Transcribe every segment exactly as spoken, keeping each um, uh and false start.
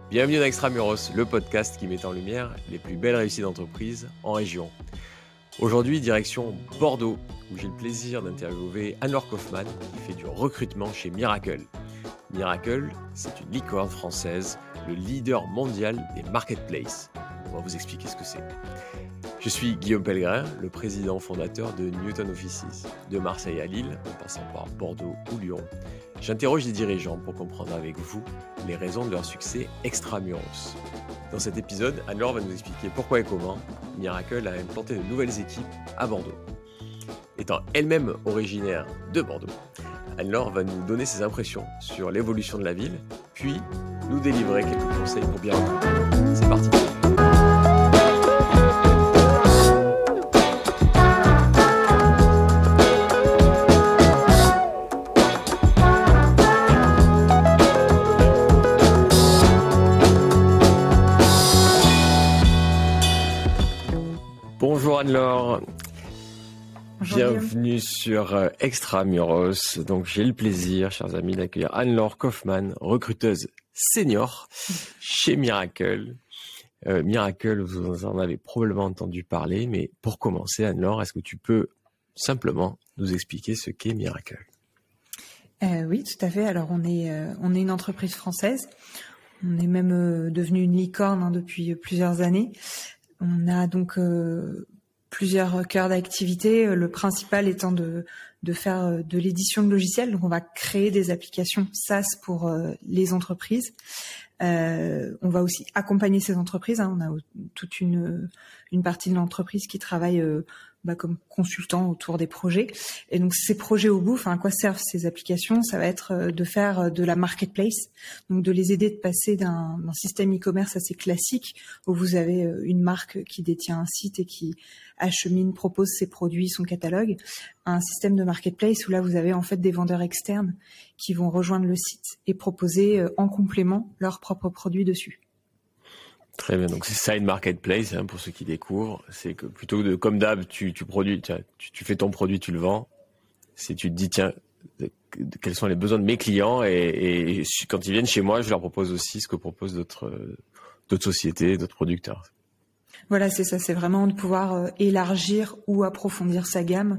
Bienvenue dans Extramuros, le podcast qui met en lumière les plus belles réussites d'entreprise en région. Aujourd'hui, direction Bordeaux, où j'ai le plaisir d'interviewer Anne-Laure Kaufmann, qui fait du recrutement chez Miracle. Miracle, c'est une licorne française, le leader mondial des marketplaces. On va vous expliquer ce que c'est. Je suis Guillaume Pellegrin, le président fondateur de Newton Offices. De Marseille à Lille, en passant par Bordeaux ou Lyon, j'interroge les dirigeants pour comprendre avec vous les raisons de leur succès extramuros. Dans cet épisode, Anne-Laure va nous expliquer pourquoi et comment Miracle a implanté de nouvelles équipes à Bordeaux. Étant elle-même originaire de Bordeaux, Anne-Laure va nous donner ses impressions sur l'évolution de la ville, puis nous délivrer quelques conseils pour bien recruter. C'est parti. Bonjour Anne-Laure. Bonjour Bienvenue Guillaume. sur euh, Extramuros. Donc j'ai le plaisir, chers amis, d'accueillir Anne-Laure Kaufmann, recruteuse senior chez Miracle. Euh, Miracle, vous en avez probablement entendu parler, mais pour commencer, Anne-Laure, est-ce que tu peux simplement nous expliquer ce qu'est Miracle ? Euh, oui, tout à fait. Alors on est euh, on est une entreprise française. On est même euh, devenu une licorne hein, depuis plusieurs années. On a donc euh, plusieurs cœurs d'activité. Le principal étant de de faire de l'édition de logiciels. Donc on va créer des applications SaaS pour euh, les entreprises. Euh, on va aussi accompagner ces entreprises. Hein. On a toute une une partie de l'entreprise qui travaille euh, bah, comme consultant autour des projets. Et donc ces projets au bout, enfin à quoi servent ces applications ? Ça va être de faire de la marketplace, donc de les aider de passer d'un, d'un système e-commerce assez classique où vous avez une marque qui détient un site et qui achemine, propose ses produits, son catalogue, à un système de marketplace où là vous avez en fait des vendeurs externes qui vont rejoindre le site et proposer en complément leurs propres produits dessus. Très bien, donc c'est ça une marketplace, hein, pour ceux qui découvrent. C'est que plutôt que de, comme d'hab, tu, tu produis, tu, tu fais ton produit, tu le vends. Si tu te dis, tiens, quels sont les besoins de mes clients et, et quand ils viennent chez moi, je leur propose aussi ce que proposent d'autres, d'autres sociétés, d'autres producteurs. Voilà, c'est ça, c'est vraiment de pouvoir euh, élargir ou approfondir sa gamme,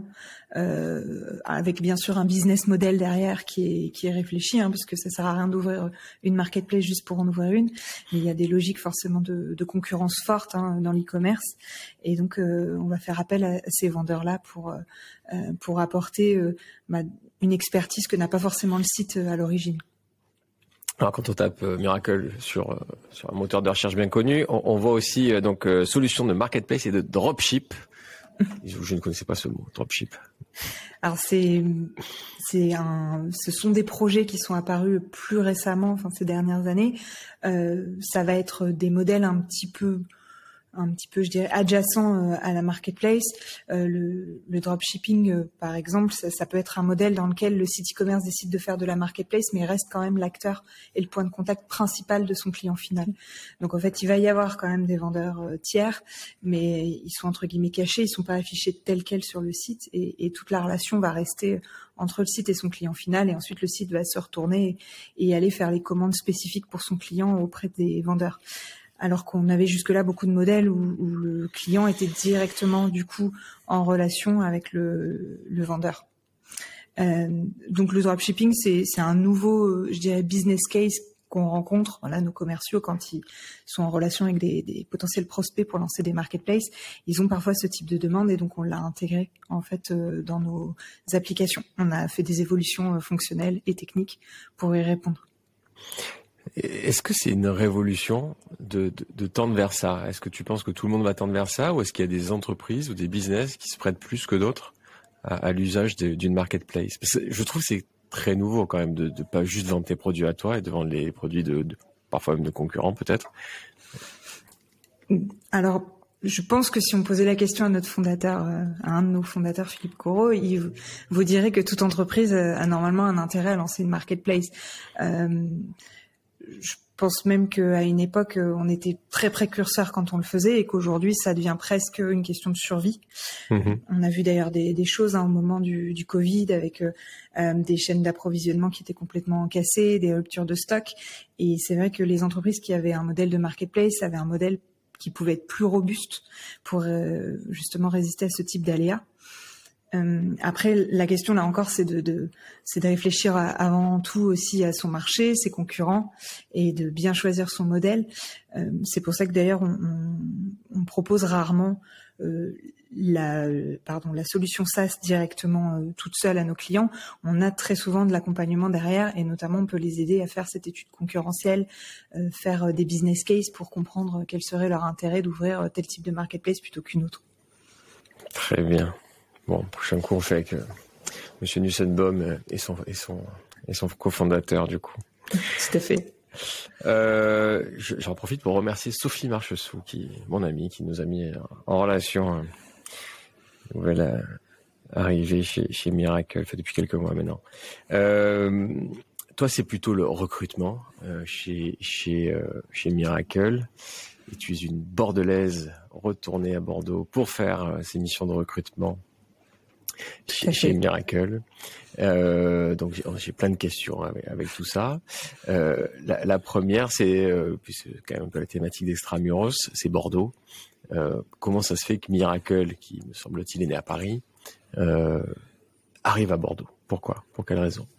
euh, avec bien sûr un business model derrière qui est qui est réfléchi, hein, parce que ça sert à rien d'ouvrir une marketplace juste pour en ouvrir une, mais il y a des logiques forcément de, de concurrence forte hein, dans l'e-commerce, et donc euh, on va faire appel à, à ces vendeurs-là pour euh, pour apporter euh, bah, une expertise que n'a pas forcément le site euh, à l'origine. Alors quand on tape euh, Miracle sur euh, sur un moteur de recherche bien connu, on, on voit aussi euh, donc euh, solution de marketplace et de dropship. je, je ne connaissais pas ce mot, dropship. Alors c'est c'est un ce sont des projets qui sont apparus plus récemment, enfin ces dernières années. Euh, ça va être des modèles un petit peu un petit peu, je dirais, adjacent à la marketplace. Euh, le, le dropshipping, euh, par exemple, ça, ça peut être un modèle dans lequel le site e-commerce décide de faire de la marketplace, mais reste quand même l'acteur et le point de contact principal de son client final. Donc, en fait, il va y avoir quand même des vendeurs euh, tiers, mais ils sont entre guillemets cachés, ils sont pas affichés tels quels sur le site, et, et toute la relation va rester entre le site et son client final, et ensuite le site va se retourner et, et aller faire les commandes spécifiques pour son client auprès des vendeurs. Alors qu'on avait jusque-là beaucoup de modèles où, où le client était directement du coup en relation avec le, le vendeur. Euh, donc le dropshipping, c'est, c'est un nouveau, je dirais, business case qu'on rencontre, voilà, nos commerciaux quand ils sont en relation avec des, des potentiels prospects pour lancer des marketplaces. Ils ont parfois ce type de demande et donc on l'a intégré en fait euh, dans nos applications. On a fait des évolutions euh, fonctionnelles et techniques pour y répondre. Est-ce que c'est une révolution de, de, de tendre vers ça ? Est-ce que tu penses que tout le monde va tendre vers ça, ou est-ce qu'il y a des entreprises ou des business qui se prêtent plus que d'autres à, à l'usage de, d'une marketplace ? Parce que je trouve que c'est très nouveau quand même de ne pas juste vendre tes produits à toi et de vendre les produits de, de parfois même de concurrents peut-être. Alors, je pense que si on posait la question à notre fondateur, à un de nos fondateurs, Philippe Corot, il vous dirait que toute entreprise a normalement un intérêt à lancer une marketplace. Euh, je pense même qu'à une époque, on était très précurseurs quand on le faisait et qu'aujourd'hui, ça devient presque une question de survie. Mmh. On a vu d'ailleurs des, des choses hein, au moment du, du Covid avec euh, des chaînes d'approvisionnement qui étaient complètement cassées, des ruptures de stock. Et c'est vrai que les entreprises qui avaient un modèle de marketplace avaient un modèle qui pouvait être plus robuste pour euh, justement résister à ce type d'aléas. Euh, après, la question là encore, c'est de, de, c'est de réfléchir à, avant tout aussi à son marché, ses concurrents, et de bien choisir son modèle. Euh, c'est pour ça que d'ailleurs, on, on, on propose rarement euh, la, pardon, la solution SaaS directement euh, toute seule à nos clients. On a très souvent de l'accompagnement derrière, et notamment on peut les aider à faire cette étude concurrentielle, euh, faire des business cases pour comprendre quel serait leur intérêt d'ouvrir tel type de marketplace plutôt qu'une autre. Très bien. Bon, prochain coup, on fait avec euh, Monsieur Nussenbaum et son, et son, et son cofondateur, du coup. Tout à fait. Euh, j'en profite pour remercier Sophie Marchessou, qui, mon amie, qui nous a mis en relation, euh, nouvelle euh, arrivée chez, chez Miracle, fait depuis quelques mois maintenant. Euh, toi, c'est plutôt le recrutement euh, chez, chez, euh, chez Miracle. Et tu es une Bordelaise retournée à Bordeaux pour faire euh, ces missions de recrutement chez, chez Miracle. Euh, donc j'ai, j'ai plein de questions avec, avec tout ça. Euh, la, la première, c'est, euh, puisque c'est quand même un peu la thématique d'Extramuros, c'est Bordeaux. Euh, comment ça se fait que Miracle, qui me semble-t-il est né à Paris, euh, arrive à Bordeaux? Pourquoi? Pour quelle raison?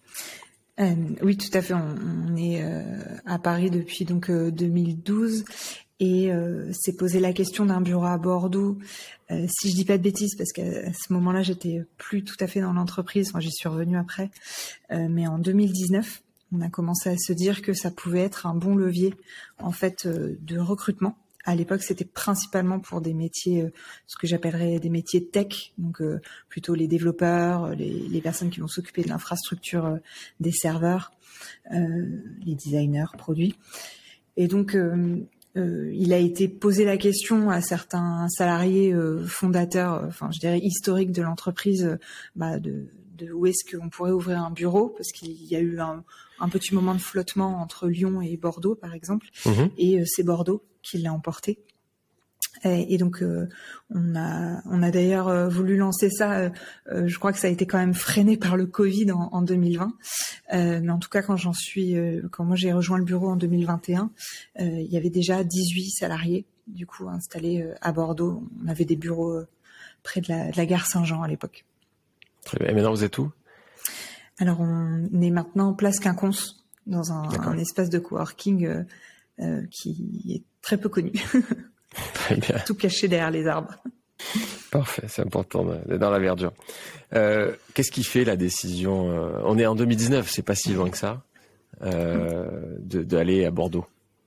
Euh, oui, tout à fait. On, on est euh, à Paris depuis donc euh, deux mille douze et euh, s'est posé la question d'un bureau à Bordeaux. Euh, si je dis pas de bêtises, parce qu'à ce moment-là, j'étais plus tout à fait dans l'entreprise. Enfin, j'y suis revenue après, euh, mais en deux mille dix-neuf, on a commencé à se dire que ça pouvait être un bon levier en fait euh, de recrutement. À l'époque, c'était principalement pour des métiers, euh, ce que j'appellerais des métiers tech, donc euh, plutôt les développeurs, les, les personnes qui vont s'occuper de l'infrastructure euh, des serveurs, euh, les designers produits. Et donc, euh, euh, il a été posé la question à certains salariés euh, fondateurs, enfin, je dirais historiques de l'entreprise, euh, bah, de, de où est-ce qu'on pourrait ouvrir un bureau, parce qu'il y a eu un, un petit moment de flottement entre Lyon et Bordeaux, par exemple, mmh. et euh, c'est Bordeaux qui l'a emporté. Et, et donc, euh, on a, on a d'ailleurs euh, voulu lancer ça. Euh, euh, je crois que ça a été quand même freiné par le Covid en, en deux mille vingt. Euh, mais en tout cas, quand j'en suis, euh, quand moi j'ai rejoint le bureau en deux mille vingt et un, euh, il y avait déjà dix-huit salariés du coup installés euh, à Bordeaux. On avait des bureaux euh, près de la, de la gare Saint-Jean à l'époque. Très bien. Et maintenant, vous êtes où? Alors, on est maintenant place Quinconce, dans un, un espace de coworking euh, euh, qui est très peu connu. Très bien. Tout caché derrière les arbres. Parfait, c'est important d'être dans la verdure. Euh, qu'est-ce qui fait la décision euh, on est en deux mille dix-neuf, c'est pas si loin que ça, euh, de, d'aller à Bordeaux.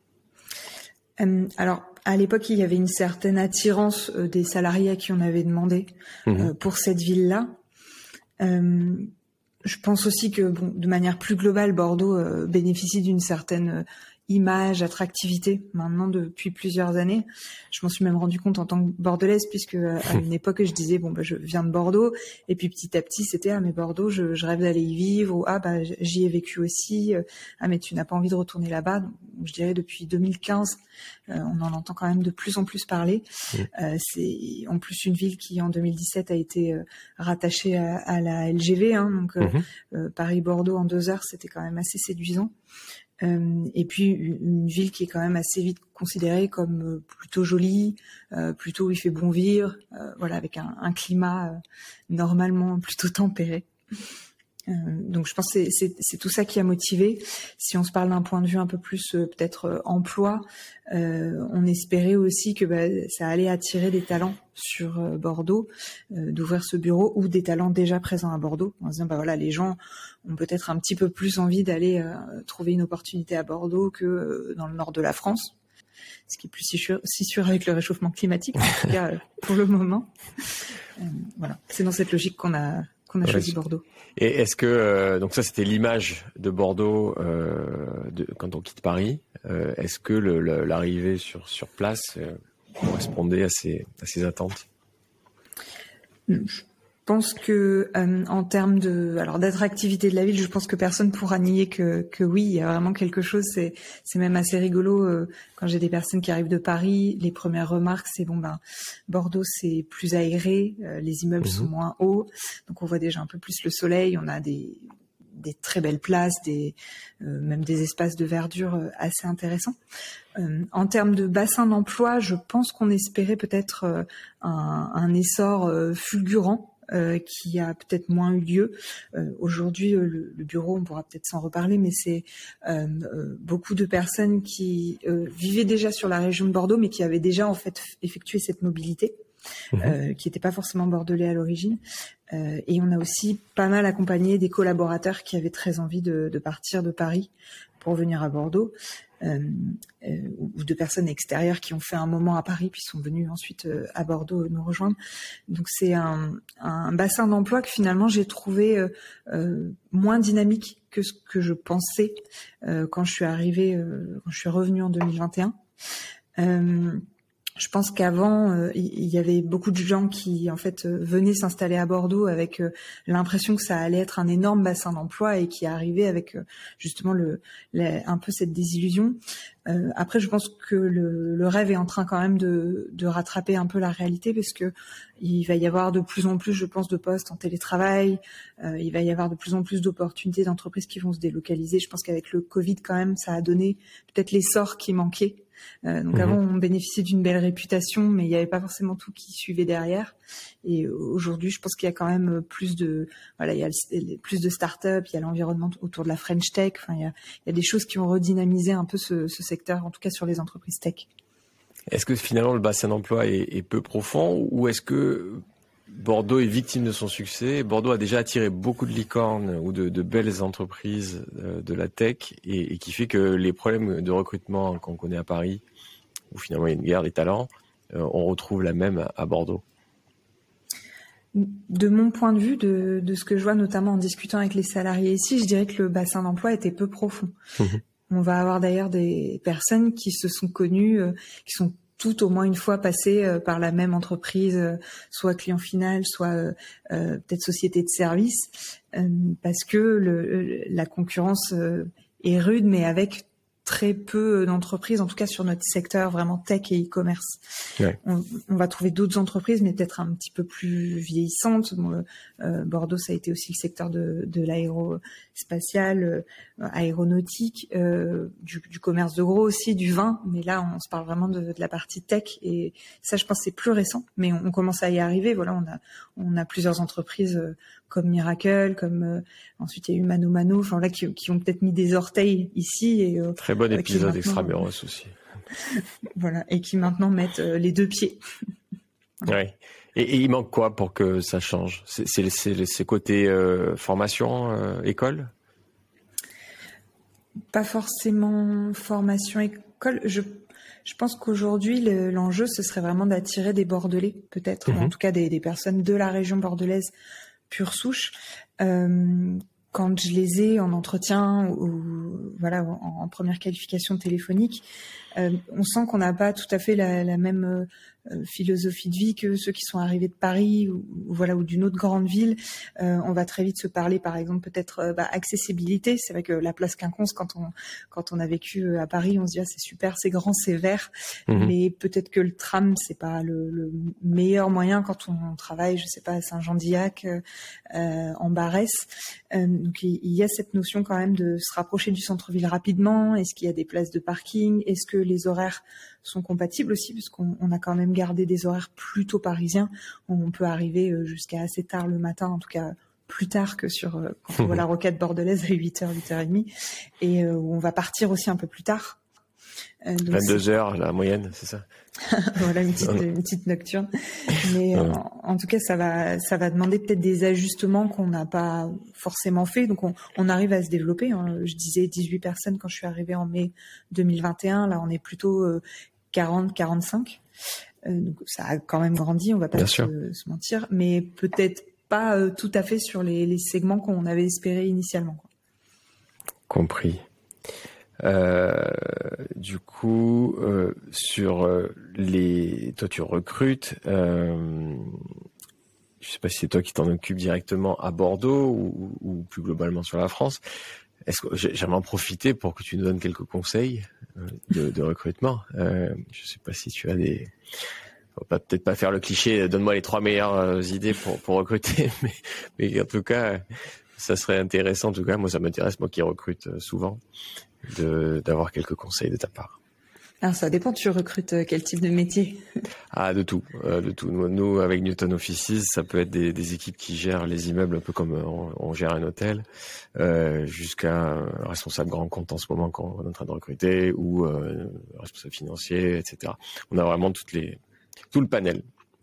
Euh, alors, à l'époque, il y avait une certaine attirance euh, des salariés à qui on avait demandé mmh. euh, pour cette ville-là. Euh, je pense aussi que, bon, de manière plus globale, Bordeaux euh, bénéficie d'une certaine euh, image, attractivité maintenant depuis plusieurs années. Je m'en suis même rendu compte en tant que Bordelaise, puisque à une époque je disais bon bah je viens de Bordeaux, et puis petit à petit c'était ah mais Bordeaux je, je rêve d'aller y vivre, ou ah bah j'y ai vécu aussi, ah mais tu n'as pas envie de retourner là-bas. Donc, je dirais depuis deux mille quinze euh, on en entend quand même de plus en plus parler. Mmh. Euh, c'est en plus une ville qui en deux mille dix-sept a été euh, rattachée à, à la L G V, hein, donc euh, mmh. euh, Paris-Bordeaux en deux heures c'était quand même assez séduisant. Euh, et puis une ville qui est quand même assez vite considérée comme euh, plutôt jolie, euh, plutôt où il fait bon vivre, euh, voilà, avec un, un climat euh, normalement plutôt tempéré. Euh, donc je pense que c'est, c'est, c'est tout ça qui a motivé. Si on se parle d'un point de vue un peu plus euh, peut-être euh, emploi, euh, on espérait aussi que bah, ça allait attirer des talents sur euh, Bordeaux, euh, d'ouvrir ce bureau, ou des talents déjà présents à Bordeaux, en se disant bah voilà, les gens ont peut-être un petit peu plus envie d'aller euh, trouver une opportunité à Bordeaux que euh, dans le nord de la France, ce qui est plus si sûr, si sûr avec le réchauffement climatique, en tout cas euh, pour le moment. Euh, voilà, c'est dans cette logique qu'on a qu'on a ouais, choisi Bordeaux. Et est-ce que euh, donc ça c'était l'image de Bordeaux euh, de, quand on quitte Paris. Euh, est-ce que le, le, l'arrivée sur sur place euh, correspondait à ces à ces attentes? Je pense que euh, en termes de alors d'attractivité de la ville, je pense que personne pourra nier que que oui, il y a vraiment quelque chose. C'est c'est même assez rigolo euh, quand j'ai des personnes qui arrivent de Paris. Les premières remarques, c'est bon ben Bordeaux c'est plus aéré, euh, les immeubles mmh. sont moins hauts, donc on voit déjà un peu plus le soleil. On a des des très belles places, des euh, même des espaces de verdure euh, assez intéressants. Euh, en termes de bassin d'emploi, je pense qu'on espérait peut-être euh, un, un essor euh, fulgurant. Euh, qui a peut-être moins eu lieu. Euh, aujourd'hui, euh, le, le bureau, on pourra peut-être s'en reparler, mais c'est euh, euh, beaucoup de personnes qui euh, vivaient déjà sur la région de Bordeaux, mais qui avaient déjà en fait effectué cette mobilité, mmh. euh, qui n'étaient pas forcément bordelais à l'origine. Euh, et on a aussi pas mal accompagné des collaborateurs qui avaient très envie de, de partir de Paris pour venir à Bordeaux. Euh, euh, ou de personnes extérieures qui ont fait un moment à Paris puis sont venues ensuite euh, à Bordeaux nous rejoindre. Donc c'est un, un bassin d'emploi que finalement j'ai trouvé euh, euh, moins dynamique que ce que je pensais euh, quand je suis arrivée, euh, quand je suis revenue en deux mille vingt et un. Euh, Je pense qu'avant, euh, il y avait beaucoup de gens qui, en fait, euh, venaient s'installer à Bordeaux avec euh, l'impression que ça allait être un énorme bassin d'emploi et qui arrivaient avec euh, justement le, le, un peu cette désillusion. Euh, après, je pense que le, le rêve est en train quand même de, de rattraper un peu la réalité parce que il va y avoir de plus en plus, je pense, de postes en télétravail. Euh, il va y avoir de plus en plus d'opportunités d'entreprises qui vont se délocaliser. Je pense qu'avec le Covid, quand même, ça a donné peut-être l'essor qui manquait. Euh, donc mmh. avant, on bénéficiait d'une belle réputation, mais il n'y avait pas forcément tout qui suivait derrière. Et aujourd'hui, je pense qu'il y a quand même plus de, voilà, il y a plus de start-up, il y a l'environnement autour de la French Tech. Enfin, il y a, il y a des choses qui ont redynamisé un peu ce, ce secteur, en tout cas sur les entreprises tech. Est-ce que finalement le bassin d'emploi est, est peu profond, ou est-ce que Bordeaux est victime de son succès? Bordeaux a déjà attiré beaucoup de licornes ou de, de belles entreprises de, de la tech et, et qui fait que les problèmes de recrutement qu'on connaît à Paris, où finalement il y a une guerre des talents, euh, on retrouve la même à Bordeaux. De mon point de vue, de, de ce que je vois notamment en discutant avec les salariés ici, je dirais que le bassin d'emploi était peu profond. Mmh. On va avoir d'ailleurs des personnes qui se sont connues, euh, qui sont toutes au moins une fois passées euh, par la même entreprise, euh, soit client final, soit euh, euh, peut-être société de service, euh, parce que le, la concurrence euh, est rude, mais avec très peu d'entreprises, en tout cas sur notre secteur vraiment tech et e-commerce. Ouais. On, on va trouver d'autres entreprises, mais peut-être un petit peu plus vieillissantes. Bon, euh, Bordeaux, ça a été aussi le secteur de, de l'aérospatial, euh, aéronautique, euh, du, du commerce de gros aussi, du vin. Mais là, on se parle vraiment de, de la partie tech. Et ça, je pense, c'est plus récent. Mais on, on commence à y arriver. Voilà, on a, on a plusieurs entreprises euh, comme Miracle, comme euh, ensuite il y a eu Mano Mano, enfin là qui, qui ont peut-être mis des orteils ici et euh, très bon épisode Extramuros aussi. Voilà, et qui maintenant mettent euh, les deux pieds. Oui. Et, et il manque quoi pour que ça change? C'est c'est c'est, c'est côté euh, formation, euh, école? Pas forcément formation école. Je Je pense qu'aujourd'hui, le, l'enjeu, ce serait vraiment d'attirer des Bordelais, peut-être, mmh. ou en tout cas des, des personnes de la région bordelaise pure souche. Euh, quand je les ai en entretien ou, ou voilà en, en première qualification téléphonique, euh, on sent qu'on n'a pas tout à fait la, la même euh, philosophie de vie que ceux qui sont arrivés de Paris ou, ou voilà ou d'une autre grande ville. Euh, on va très vite se parler, par exemple, peut-être euh, bah, accessibilité. C'est vrai que la place Quinconce, quand on quand on a vécu à Paris, on se dit ah, c'est super, c'est grand, c'est vert, mmh. mais peut-être que le tram c'est pas le, le meilleur moyen quand on travaille, je sais pas, à Saint-Jean-d'Illac, euh, en Baresse. Euh, donc il, il y a cette notion quand même de se rapprocher du centre-ville rapidement. Est-ce qu'il y a des places de parking? Est-ce que les horaires sont compatibles aussi, puisqu'on on a quand même gardé des horaires plutôt parisiens. On peut arriver jusqu'à assez tard le matin, en tout cas plus tard que sur quand on voit la rocade bordelaise à huit heures, huit heures trente, et euh, on va partir aussi un peu plus tard. Euh, donc vingt-deux heures la moyenne, c'est ça? Voilà, une petite, une petite nocturne. Mais euh, en, en tout cas, ça va, ça va demander peut-être des ajustements qu'on n'a pas forcément fait. Donc, on, on arrive à se développer. Hein. Je disais dix-huit personnes quand je suis arrivée en mai deux mille vingt et un. Là, on est plutôt euh, quarante, quarante-cinq. Euh, donc, ça a quand même grandi, on va pas se, se mentir. Mais peut-être pas euh, tout à fait sur les, les segments qu'on avait espéré initialement, quoi. Compris. Euh, du coup, euh, sur euh, les, toi tu recrutes. Euh, je sais pas si c'est toi qui t'en occupes directement à Bordeaux ou, ou plus globalement sur la France. Est-ce que j'aimerais en profiter pour que tu nous donnes quelques conseils de, de recrutement. Euh, je sais pas si tu as des, on va peut-être pas faire le cliché. Donne-moi les trois meilleures idées pour pour recruter, mais mais en tout cas, ça serait intéressant. En tout cas, moi ça m'intéresse, moi qui recrute souvent, de d'avoir quelques conseils de ta part. Alors ça dépend, tu recrutes quel type de métier? Ah, de tout, euh, de tout. Nous, nous, avec Newton Offices, ça peut être des, des équipes qui gèrent les immeubles un peu comme on, on gère un hôtel, euh, jusqu'à un responsable grand compte en ce moment qu'on est en train de recruter, ou euh, responsable financier, et cetera. On a vraiment toutes les, tout le panel.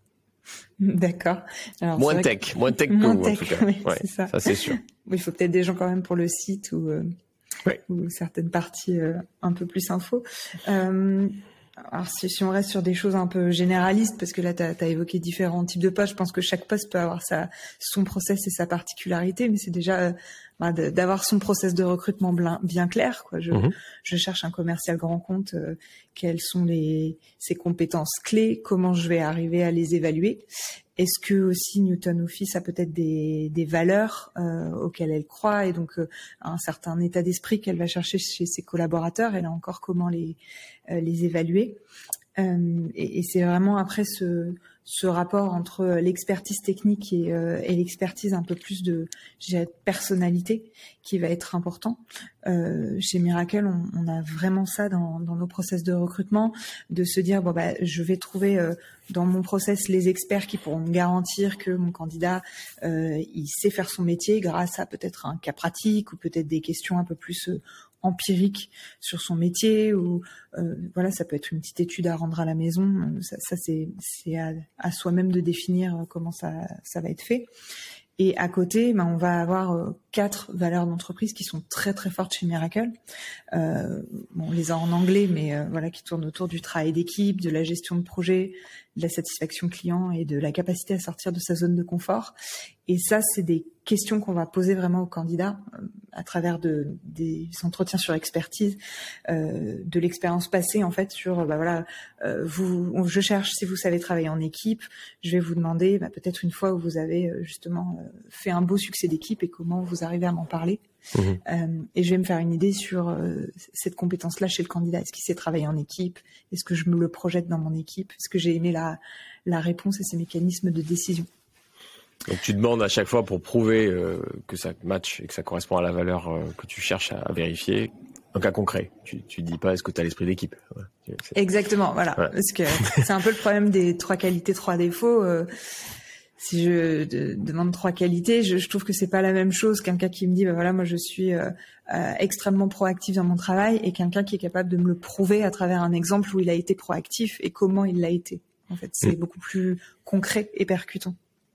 D'accord. Alors, moins tech, que... moins tech que moins vous tech, en tout cas. Oui, ouais, c'est ça. Ça c'est sûr. Il faut peut-être des gens quand même pour le site ou. Euh... Oui. ou certaines parties euh, un peu plus info. Euh, alors si, si on reste sur des choses un peu généralistes, parce que là tu as évoqué différents types de postes, je pense que chaque poste peut avoir sa, son process et sa particularité, mais c'est déjà euh, bah, d'avoir son process de recrutement bien, bien clair. Quoi. Je, mm-hmm. je cherche un commercial grand compte, euh, quelles sont les, ses compétences clés, comment je vais arriver à les évaluer. Est-ce que aussi Newton Office a peut-être des, des valeurs euh, auxquelles elle croit et donc euh, un certain état d'esprit qu'elle va chercher chez ses collaborateurs, et là encore comment les, euh, les évaluer. Euh, et et c'est vraiment après ce, ce rapport entre l'expertise technique et, euh, et l'expertise un peu plus de, je dirais, de personnalité qui va être important. Euh, chez Miracle, on, on a vraiment ça dans, dans nos process de recrutement, de se dire bon bah je vais trouver euh, dans mon process les experts qui pourront me garantir que mon candidat euh, il sait faire son métier grâce à peut-être un cas pratique ou peut-être des questions un peu plus euh, empirique sur son métier, ou euh, voilà, ça peut être une petite étude à rendre à la maison. Ça, ça c'est c'est à, à soi-même de définir comment ça ça va être fait. Et à côté, ben, on va avoir euh, quatre valeurs d'entreprise qui sont très très fortes chez Miracle. Euh, bon, on les a en anglais, mais euh, voilà, qui tournent autour du travail d'équipe, de la gestion de projet, de la satisfaction client et de la capacité à sortir de sa zone de confort. Et ça, c'est des questions qu'on va poser vraiment aux candidats euh, à travers de, des entretiens sur expertise, euh, de l'expérience passée en fait sur, bah voilà, euh, vous, on, je cherche si vous savez travailler en équipe. Je vais vous demander bah, peut-être une fois où vous avez euh, justement euh, fait un beau succès d'équipe et comment vous arrivez à m'en parler. Mmh. Euh, et je vais me faire une idée sur euh, cette compétence-là chez le candidat. Est-ce qu'il sait travailler en équipe? Est-ce que je me le projette dans mon équipe? Est-ce que j'ai aimé la, la réponse et ses mécanismes de décision? Donc tu demandes à chaque fois pour prouver euh, que ça match et que ça correspond à la valeur euh, que tu cherches à, à vérifier. Un cas concret, tu tu dis pas est-ce que tu as l'esprit d'équipe. Ouais, exactement, voilà. Ouais. Parce que c'est un peu le problème des trois qualités, trois défauts. Euh, si je de, demande trois qualités, je, je trouve que c'est pas la même chose qu'un cas qui me dit bah voilà, moi je suis euh, euh, extrêmement proactif dans mon travail, et quelqu'un qui est capable de me le prouver à travers un exemple où il a été proactif et comment il l'a été. En fait, c'est mmh. beaucoup plus concret et percutant.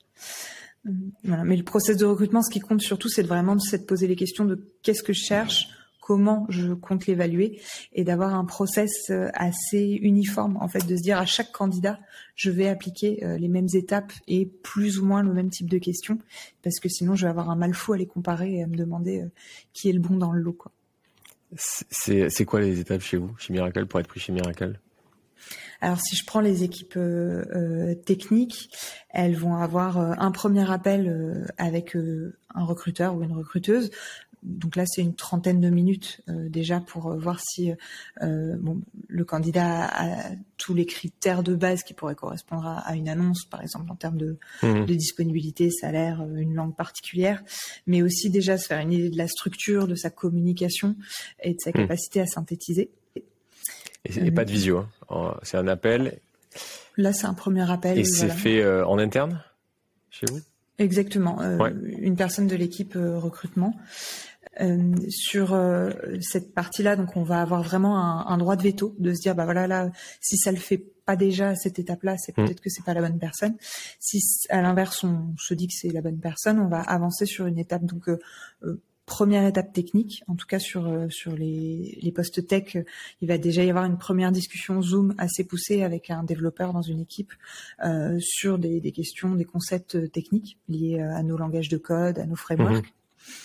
Voilà. Mais le process de recrutement, ce qui compte surtout, c'est vraiment de poser les questions de qu'est-ce que je cherche, comment je compte l'évaluer, et d'avoir un process assez uniforme, en fait, de se dire à chaque candidat, je vais appliquer les mêmes étapes et plus ou moins le même type de questions, parce que sinon, je vais avoir un mal fou à les comparer et à me demander qui est le bon dans le lot, quoi. C'est, c'est quoi les étapes chez vous, chez Miracle, pour être pris chez Miracle ? Alors, si je prends les équipes euh, euh, techniques, elles vont avoir euh, un premier appel euh, avec euh, un recruteur ou une recruteuse. Donc là, c'est une trentaine de minutes euh, déjà pour euh, voir si euh, bon, le candidat a, a tous les critères de base qui pourraient correspondre à, à une annonce, par exemple en termes de, mmh. de disponibilité, salaire, une langue particulière, mais aussi déjà se faire une idée de la structure, de sa communication et de sa capacité mmh. à synthétiser. Et, et pas de visio, hein. C'est un appel. Là, c'est un premier appel. Et c'est voilà. fait euh, en interne chez vous ? Exactement. Euh, ouais. Une personne de l'équipe euh, recrutement. Euh, sur euh, cette partie-là, donc on va avoir vraiment un, un droit de veto, de se dire bah voilà là, si ça le fait pas déjà à cette étape-là, c'est peut-être mmh. que c'est pas la bonne personne. Si à l'inverse on se dit que c'est la bonne personne, on va avancer sur une étape donc euh, euh, première étape technique, en tout cas sur euh, sur les, les postes tech, il va déjà y avoir une première discussion Zoom assez poussée avec un développeur dans une équipe euh, sur des, des questions, des concepts techniques liés à nos langages de code, à nos frameworks. Mmh.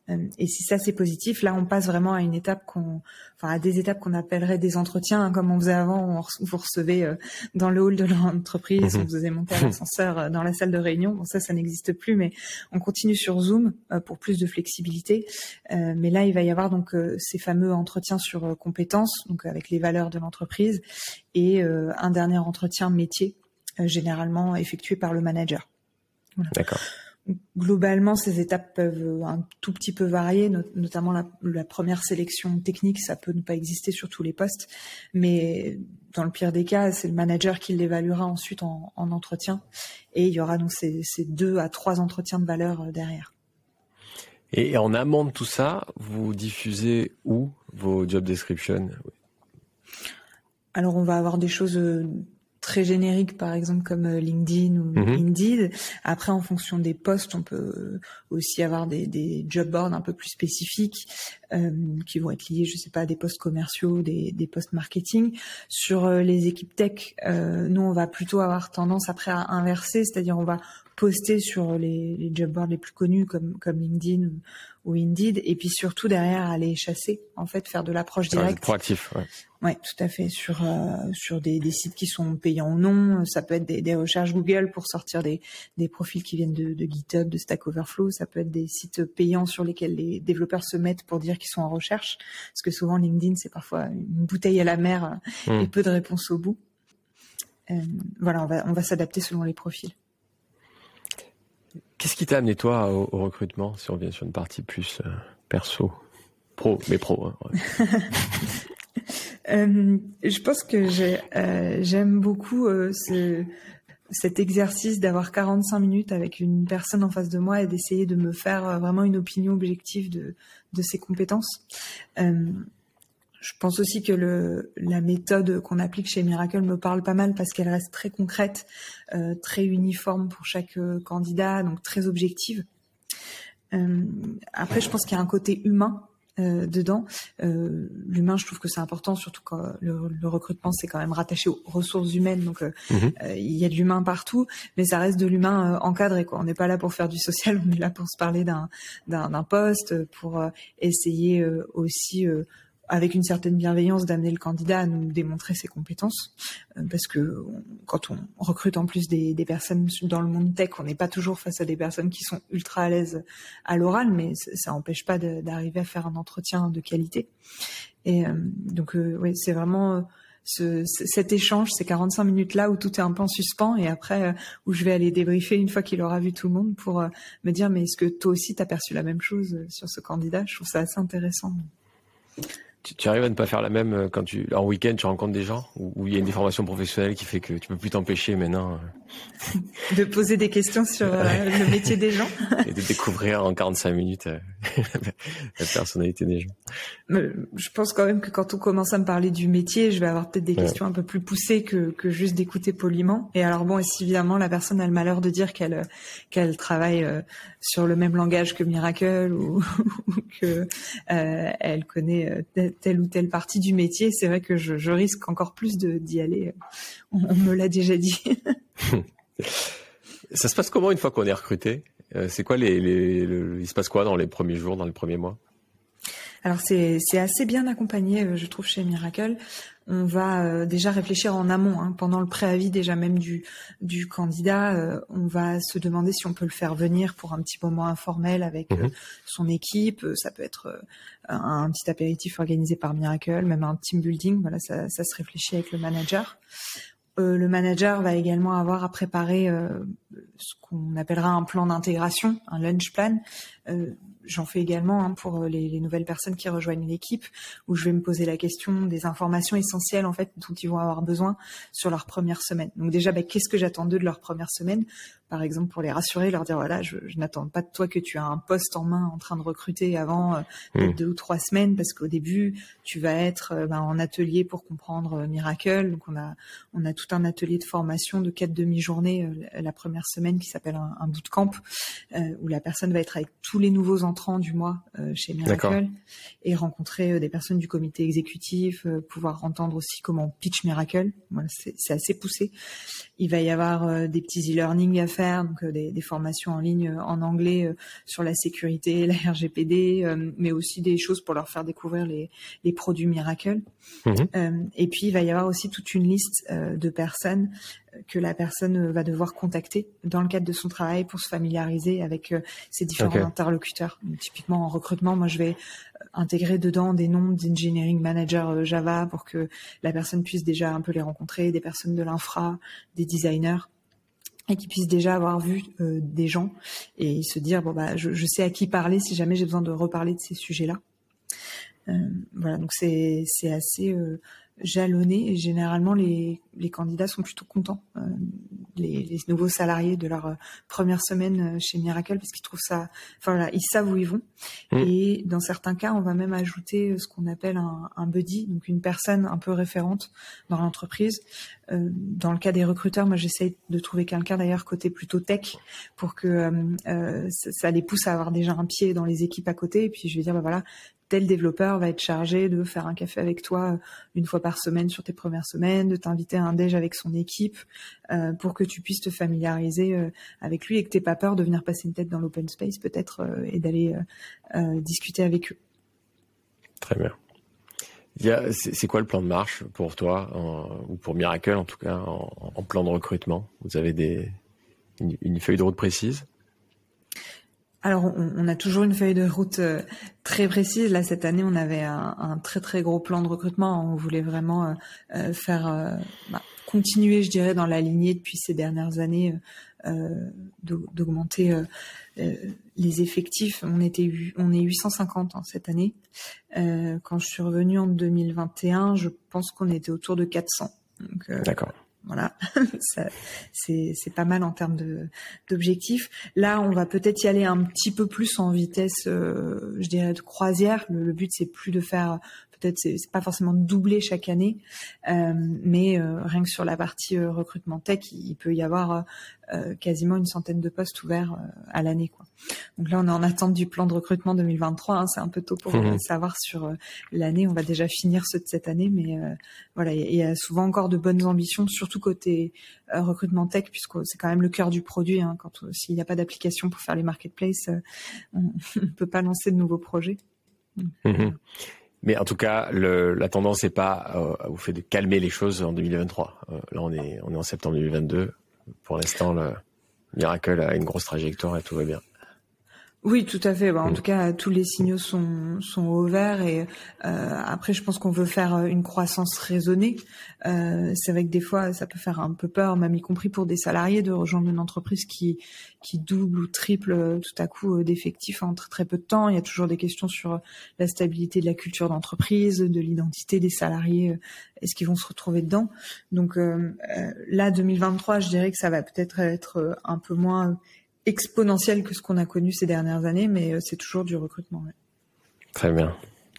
Et si ça c'est positif, là on passe vraiment à une étape qu'on, enfin à des étapes qu'on appellerait des entretiens, hein, comme on faisait avant, où vous recevez euh, dans le hall de l'entreprise, mmh. on vous faisait monter à l'ascenseur euh, dans la salle de réunion. Bon ça, ça n'existe plus, mais on continue sur Zoom euh, pour plus de flexibilité. Euh, mais là, il va y avoir donc euh, ces fameux entretiens sur euh, compétences, donc avec les valeurs de l'entreprise, et euh, un dernier entretien métier, euh, généralement effectué par le manager. Voilà. D'accord. Globalement, ces étapes peuvent un tout petit peu varier, not- notamment la, la première sélection technique, ça peut ne pas exister sur tous les postes, mais dans le pire des cas, c'est le manager qui l'évaluera ensuite en, en entretien, et il y aura donc ces, ces deux à trois entretiens de valeur derrière. Et en amont de tout ça, vous diffusez où vos job descriptions? Alors, on va avoir des choses très génériques, par exemple comme LinkedIn ou mm-hmm. Indeed. Après, en fonction des postes, on peut aussi avoir des, des job boards un peu plus spécifiques euh, qui vont être liés, je sais pas, à des postes commerciaux, des, des postes marketing. Sur les équipes tech, euh, nous, on va plutôt avoir tendance après à inverser, c'est-à-dire on va poster sur les, les job boards les plus connus comme, comme LinkedIn ou, ou Indeed, et puis surtout derrière aller chasser, en fait, faire de l'approche directe. Proactif, ouais. Ouais, tout à fait. Sur euh, sur des, des sites qui sont payants ou non, ça peut être des, des recherches Google pour sortir des des profils qui viennent de, de GitHub, de Stack Overflow. Ça peut être des sites payants sur lesquels les développeurs se mettent pour dire qu'ils sont en recherche, parce que souvent LinkedIn c'est parfois une bouteille à la mer mmh. et peu de réponses au bout. Euh, voilà, on va on va s'adapter selon les profils. Qu'est-ce qui t'a amené toi au, au recrutement, si on vient sur une partie plus euh, perso, pro, mais pro. Hein, ouais. Euh, je pense que j'ai, euh, j'aime beaucoup euh, ce, cet exercice d'avoir quarante-cinq minutes avec une personne en face de moi et d'essayer de me faire euh, vraiment une opinion objective de, de ses compétences. Euh, je pense aussi que le, la méthode qu'on applique chez Miracle me parle pas mal parce qu'elle reste très concrète, euh, très uniforme pour chaque euh, candidat, donc très objective. Euh, après, je pense qu'il y a un côté humain Euh, dedans. Euh, l'humain, je trouve que c'est important, surtout quand le, le recrutement, c'est quand même rattaché aux ressources humaines, donc euh, mm-hmm. euh, il y a de l'humain partout, mais ça reste de l'humain euh, encadré, quoi. On n'est pas là pour faire du social, on est là pour se parler d'un, d'un, d'un poste, pour euh, essayer euh, aussi euh, avec une certaine bienveillance d'amener le candidat à nous démontrer ses compétences, euh, parce que on, quand on recrute en plus des, des personnes dans le monde tech, on n'est pas toujours face à des personnes qui sont ultra à l'aise à l'oral, mais ça n'empêche pas de, d'arriver à faire un entretien de qualité. Et euh, donc euh, oui, c'est vraiment euh, ce, cet échange, ces quarante-cinq minutes là où tout est un peu en suspens, et après euh, où je vais aller débriefer une fois qu'il aura vu tout le monde pour euh, me dire mais est-ce que toi aussi t'as perçu la même chose sur ce candidat? Je trouve ça assez intéressant. Tu, tu arrives à ne pas faire la même quand tu, en week-end, tu rencontres des gens où, où il y a une déformation professionnelle qui fait que tu peux plus t'empêcher maintenant de poser des questions sur euh, le métier des gens et de découvrir en quarante-cinq minutes euh, la personnalité des gens. Je pense quand même que quand on commence à me parler du métier, je vais avoir peut-être des ouais. questions un peu plus poussées que, que juste d'écouter poliment. Et alors bon, et si évidemment la personne a le malheur de dire qu'elle qu'elle travaille euh, sur le même langage que Miracle ou, ou que euh, elle connaît euh, telle ou telle partie du métier, c'est vrai que je, je risque encore plus de, d'y aller. On, on me l'a déjà dit. Ça se passe comment une fois qu'on est recruté? euh, C'est quoi les, les, le, il se passe quoi dans les premiers jours, dans les premiers mois? Alors c'est c'est assez bien accompagné, je trouve, chez Miracle. On va euh, déjà réfléchir en amont, hein, pendant le préavis déjà même du du candidat. Euh, on va se demander si on peut le faire venir pour un petit moment informel avec mmh. euh, son équipe. Ça peut être euh, un, un petit apéritif organisé par Miracle, même un team building. Voilà, ça, ça se réfléchit avec le manager. Euh, le manager va également avoir à préparer euh, ce qu'on appellera un plan d'intégration, un lunch plan. Euh, J'en fais également hein, pour les, les nouvelles personnes qui rejoignent l'équipe, où je vais me poser la question des informations essentielles en fait dont ils vont avoir besoin sur leur première semaine. Donc déjà, bah, qu'est-ce que j'attends d'eux de leur première semaine? Par exemple, pour les rassurer, leur dire voilà, je, je n'attends pas de toi que tu as un poste en main en train de recruter avant euh, peut-être mmh. deux ou trois semaines, parce qu'au début, tu vas être euh, bah, en atelier pour comprendre euh, Miracle. Donc on a on a tout un atelier de formation de quatre demi-journées euh, la première semaine qui s'appelle un, un bootcamp euh, où la personne va être avec tous tous les nouveaux entrants du mois euh, chez Miracle. D'accord. Et rencontrer euh, des personnes du comité exécutif, euh, pouvoir entendre aussi comment on pitch Miracle. Voilà, c'est, c'est assez poussé. Il va y avoir euh, des petits e-learning à faire, donc euh, des, des formations en ligne euh, en anglais euh, sur la sécurité, la R G P D, euh, mais aussi des choses pour leur faire découvrir les, les produits Miracle. Mmh. Euh, et puis il va y avoir aussi toute une liste euh, de personnes que la personne va devoir contacter dans le cadre de son travail pour se familiariser avec euh, ses différents okay. interlocuteurs. Donc, typiquement en recrutement, moi je vais intégrer dedans des noms d'engineering manager euh, Java pour que la personne puisse déjà un peu les rencontrer, des personnes de l'infra, des designers, et qui puissent déjà avoir vu euh, des gens et se dire bon bah je, je sais à qui parler si jamais j'ai besoin de reparler de ces sujets-là. Euh, voilà, donc c'est c'est assez euh, jalonné et généralement les les candidats sont plutôt contents, euh, les, les nouveaux salariés de leur euh, première semaine chez Miracle parce qu'ils trouvent ça, enfin voilà, ils savent où ils vont. Mmh. Et dans certains cas, on va même ajouter ce qu'on appelle un, un buddy, donc une personne un peu référente dans l'entreprise. Euh, dans le cas des recruteurs, moi j'essaye de trouver quelqu'un d'ailleurs côté plutôt tech pour que euh, euh, ça, ça les pousse à avoir déjà un pied dans les équipes à côté. Et puis je vais dire bah voilà, tel développeur va être chargé de faire un café avec toi une fois par semaine sur tes premières semaines, de t'inviter à un déj avec son équipe euh, pour que tu puisses te familiariser euh, avec lui et que t'aies pas peur de venir passer une tête dans l'open space peut-être euh, et d'aller euh, euh, discuter avec eux. Très bien. Il y a, c'est, c'est quoi le plan de marche pour toi en, ou pour Miracle en tout cas en, en plan de recrutement? Vous avez des, une, une feuille de route précise? Alors, on, on a toujours une feuille de route euh, très précise. Là, cette année, on avait un, un très très gros plan de recrutement. On voulait vraiment euh, faire euh, bah, continuer, je dirais, dans la lignée depuis ces dernières années, euh, d'augmenter euh, euh, les effectifs. On était, on est huit cent cinquante hein, cette année. Euh, quand je suis revenue en deux mille vingt et un, je pense qu'on était autour de quatre cents. Donc, euh, D'accord. Voilà, ça, c'est, c'est pas mal en termes de, d'objectifs. Là, on va peut-être y aller un petit peu plus en vitesse, euh, je dirais, de croisière. Le, le but, c'est plus de faire, peut-être, c'est, c'est pas forcément de doubler chaque année, euh, mais euh, rien que sur la partie euh, recrutement tech, il, il peut y avoir euh, quasiment une centaine de postes ouverts euh, à l'année, quoi. Donc là, on est en attente du plan de recrutement deux mille vingt-trois. Hein, c'est un peu tôt pour mmh. savoir sur euh, l'année. On va déjà finir ceux de cette année, mais euh, voilà, il y, y a souvent encore de bonnes ambitions, surtout côté euh, recrutement tech, puisque c'est quand même le cœur du produit. Hein, quand euh, s'il n'y a pas d'application pour faire les marketplaces, euh, on ne peut pas lancer de nouveaux projets. Mmh. Mais en tout cas, le, la tendance n'est pas euh, au fait de calmer les choses en deux mille vingt-trois. Euh, là, on est, on est en septembre deux mille vingt-deux. Pour l'instant, le Miracle a une grosse trajectoire et tout va bien. Oui, tout à fait. Bah, en mmh. tout cas, tous les signaux sont, sont au vert et euh, après, je pense qu'on veut faire une croissance raisonnée. Euh, c'est vrai que des fois, ça peut faire un peu peur, même y compris pour des salariés, de rejoindre une entreprise qui qui double ou triple tout à coup d'effectifs en très, très peu de temps. Il y a toujours des questions sur la stabilité de la culture d'entreprise, de l'identité des salariés. Est-ce qu'ils vont se retrouver dedans? Donc euh, là, deux mille vingt-trois, je dirais que ça va peut-être être un peu moins exponentiel que ce qu'on a connu ces dernières années, mais c'est toujours du recrutement. Ouais. Très bien.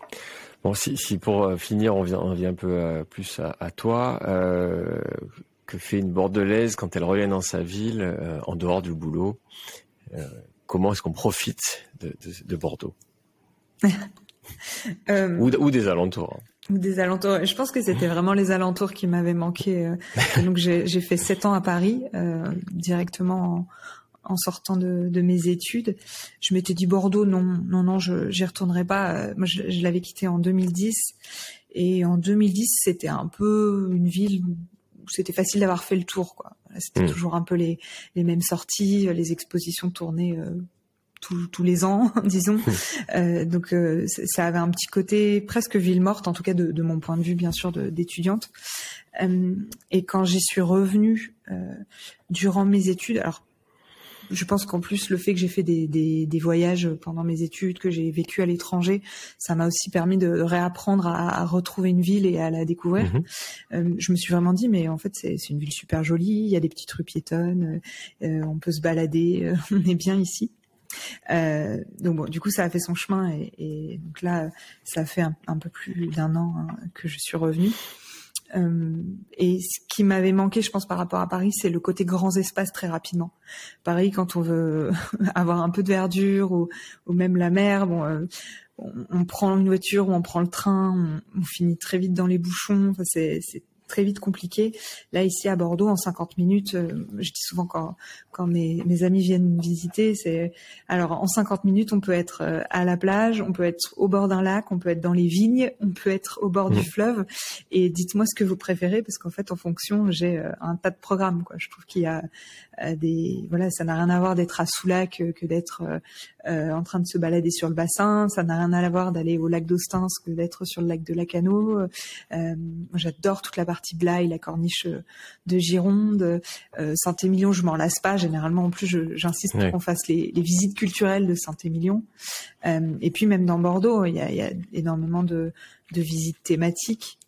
Bon, si, si pour finir, on vient, on vient un peu à, plus à, à toi, euh, que fait une Bordelaise quand elle revient dans sa ville, euh, en dehors du boulot? euh, Comment est-ce qu'on profite de, de, de Bordeaux? euh, ou, ou des alentours hein. Ou des alentours. Je pense que c'était vraiment les alentours qui m'avaient manqué. Euh, donc j'ai, j'ai fait sept ans à Paris, euh, directement en en sortant de, de mes études. Je m'étais dit Bordeaux, non, non, non, je j'y retournerai pas. Moi, je, je l'avais quitté en deux mille dix. Et en deux mille dix, c'était un peu une ville où c'était facile d'avoir fait le tour, quoi. C'était mmh. toujours un peu les, les mêmes sorties, les expositions tournées euh, tous, tous les ans, disons. Mmh. Euh, donc, euh, ça avait un petit côté presque ville morte, en tout cas de, de mon point de vue, bien sûr, de, d'étudiante. Euh, et quand j'y suis revenue euh, durant mes études, alors je pense qu'en plus, le fait que j'ai fait des, des, des voyages pendant mes études, que j'ai vécu à l'étranger, ça m'a aussi permis de réapprendre à, à retrouver une ville et à la découvrir. Mmh. Euh, je me suis vraiment dit, mais en fait, c'est, c'est une ville super jolie, il y a des petites rues piétonnes, euh, on peut se balader, euh, on est bien ici. Euh, donc bon, du coup, ça a fait son chemin et, et donc là, ça fait un, un peu plus d'un an hein, que je suis revenue. Euh, et ce qui m'avait manqué, je pense, par rapport à Paris, c'est le côté grands espaces très rapidement. Paris, quand on veut avoir un peu de verdure ou, ou même la mer, bon, euh, on, on prend une voiture ou on prend le train, on, on finit très vite dans les bouchons. Enfin, c'est, c'est très vite compliqué. Là, ici à Bordeaux, en cinquante minutes, euh, je dis souvent quand, quand mes, mes amis viennent me visiter, c'est alors en cinquante minutes, on peut être euh, à la plage, on peut être au bord d'un lac, on peut être dans les vignes, on peut être au bord mmh. du fleuve. Et dites-moi ce que vous préférez, parce qu'en fait, en fonction, j'ai euh, un tas de programmes, quoi. Je trouve qu'il y a euh, des, voilà, ça n'a rien à voir d'être à Soulac que, que d'être euh, euh, en train de se balader sur le bassin. Ça n'a rien à voir d'aller au lac d'Austins que d'être sur le lac de Lacanau. Euh, moi, j'adore toute la partie Blaye, la corniche de Gironde, euh, Saint-Émilion, je m'en lasse pas. Généralement, en plus, je, j'insiste pour ouais. qu'on fasse les, les visites culturelles de Saint-Émilion. Euh, et puis même dans Bordeaux, il y a, il y a énormément de, de visites thématiques.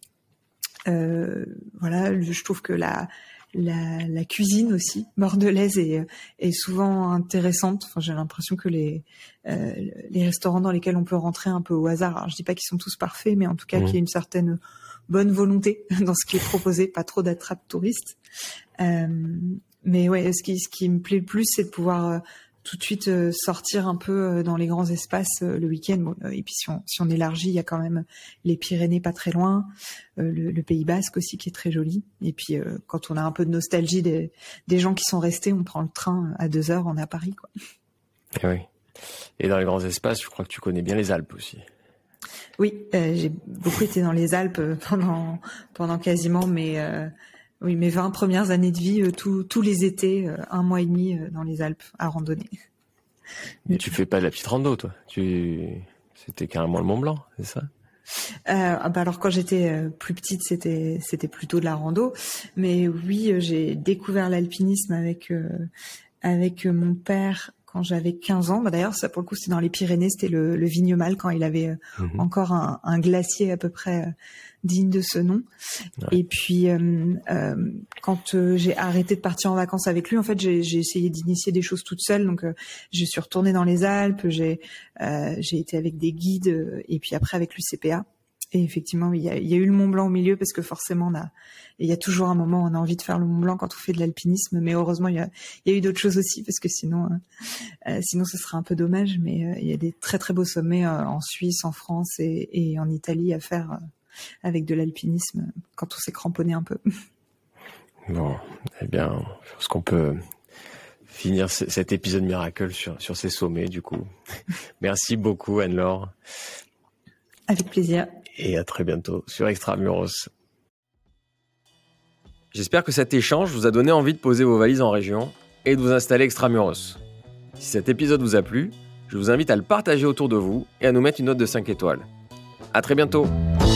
Euh, voilà, je trouve que la, la, la cuisine aussi bordelaise est, est souvent intéressante. Enfin, j'ai l'impression que les, euh, les restaurants dans lesquels on peut rentrer un peu au hasard, alors je dis pas qu'ils sont tous parfaits, mais en tout cas mmh. qu'il y a une certaine bonne volonté dans ce qui est proposé, pas trop d'attrape touristes. Euh, mais ouais, ce qui, ce qui me plaît le plus, c'est de pouvoir euh, tout de suite euh, sortir un peu euh, dans les grands espaces euh, le week-end. Bon, euh, et puis si on, si on élargit, il y a quand même les Pyrénées pas très loin, euh, le, le Pays Basque aussi qui est très joli. Et puis euh, quand on a un peu de nostalgie des, des gens qui sont restés, on prend le train à deux heures, on est à Paris, quoi. Et oui. Et dans les grands espaces, je crois que tu connais bien les Alpes aussi. Oui, euh, j'ai beaucoup été dans les Alpes pendant pendant quasiment mes euh, oui mes vingt premières années de vie, euh, tous tous les étés, euh, un mois et demi euh, dans les Alpes à randonner. Mais tu fais pas de la petite rando, toi. Tu c'était carrément le Mont Blanc, c'est ça? Euh, bah alors quand j'étais euh, plus petite, c'était c'était plutôt de la rando, mais oui, euh, j'ai découvert l'alpinisme avec euh, avec euh, mon père quand j'avais quinze ans. Bah d'ailleurs, ça pour le coup, c'était dans les Pyrénées, c'était le, le Vignemale, quand il avait euh, mmh. encore un, un glacier à peu près euh, digne de ce nom. Ouais. Et puis, euh, euh, quand euh, j'ai arrêté de partir en vacances avec lui, en fait, j'ai, j'ai essayé d'initier des choses toute seule. Donc, euh, je suis retournée dans les Alpes, j'ai, euh, j'ai été avec des guides, euh, et puis après avec l'U C P A. Et effectivement, il y a, il y a eu le Mont Blanc au milieu, parce que forcément, on a, il y a toujours un moment où on a envie de faire le Mont Blanc quand on fait de l'alpinisme. Mais heureusement, il y a, il y a eu d'autres choses aussi, parce que sinon, euh, sinon, ce serait un peu dommage. Mais euh, il y a des très très beaux sommets euh, en Suisse, en France et, et en Italie à faire euh, avec de l'alpinisme quand on s'est cramponné un peu. Bon, eh bien, je pense qu'on peut finir c- cet épisode miracle sur sur ces sommets, du coup. Merci beaucoup, Anne-Laure. Avec plaisir. Et à très bientôt sur Extramuros. J'espère que cet échange vous a donné envie de poser vos valises en région et de vous installer Extramuros. Si cet épisode vous a plu, je vous invite à le partager autour de vous et à nous mettre une note de cinq étoiles. À très bientôt.